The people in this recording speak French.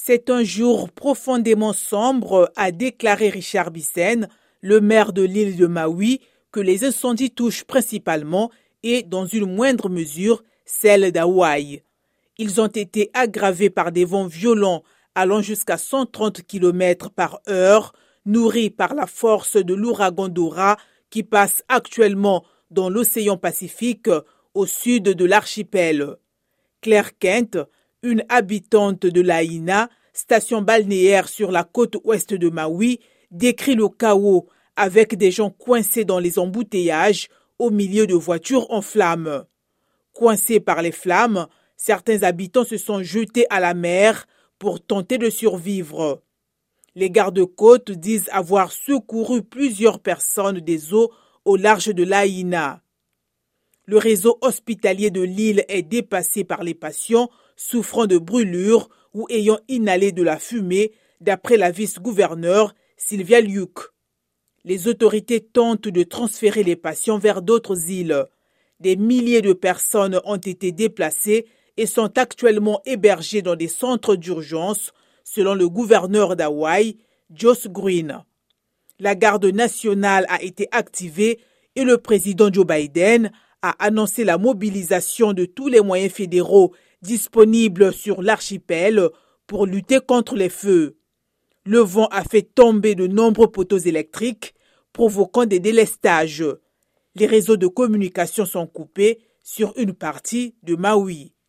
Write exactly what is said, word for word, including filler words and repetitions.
C'est un jour profondément sombre, a déclaré Richard Bissen, le maire de l'île de Maui, que les incendies touchent principalement et, dans une moindre mesure, celle d'Hawaï. Ils ont été aggravés par des vents violents allant jusqu'à cent trente kilomètres par heure, nourris par la force de l'ouragan Dora qui passe actuellement dans l'océan Pacifique au sud de l'archipel. Claire Kent, une habitante de Lahaina, station balnéaire sur la côte ouest de Maui, décrit le chaos avec des gens coincés dans les embouteillages au milieu de voitures en flammes. Coincés par les flammes, certains habitants se sont jetés à la mer pour tenter de survivre. Les gardes-côtes disent avoir secouru plusieurs personnes des eaux au large de Lahaina. Le réseau hospitalier de l'île est dépassé par les patients souffrant de brûlures ou ayant inhalé de la fumée, d'après la vice-gouverneure Sylvia Luke. Les autorités tentent de transférer les patients vers d'autres îles. Des milliers de personnes ont été déplacées et sont actuellement hébergées dans des centres d'urgence, selon le gouverneur d'Hawaï, Josh Green. La garde nationale a été activée et le président Joe Biden a annoncé la mobilisation de tous les moyens fédéraux disponibles sur l'archipel pour lutter contre les feux. Le vent a fait tomber de nombreux poteaux électriques, provoquant des délestages. Les réseaux de communication sont coupés sur une partie de Maui.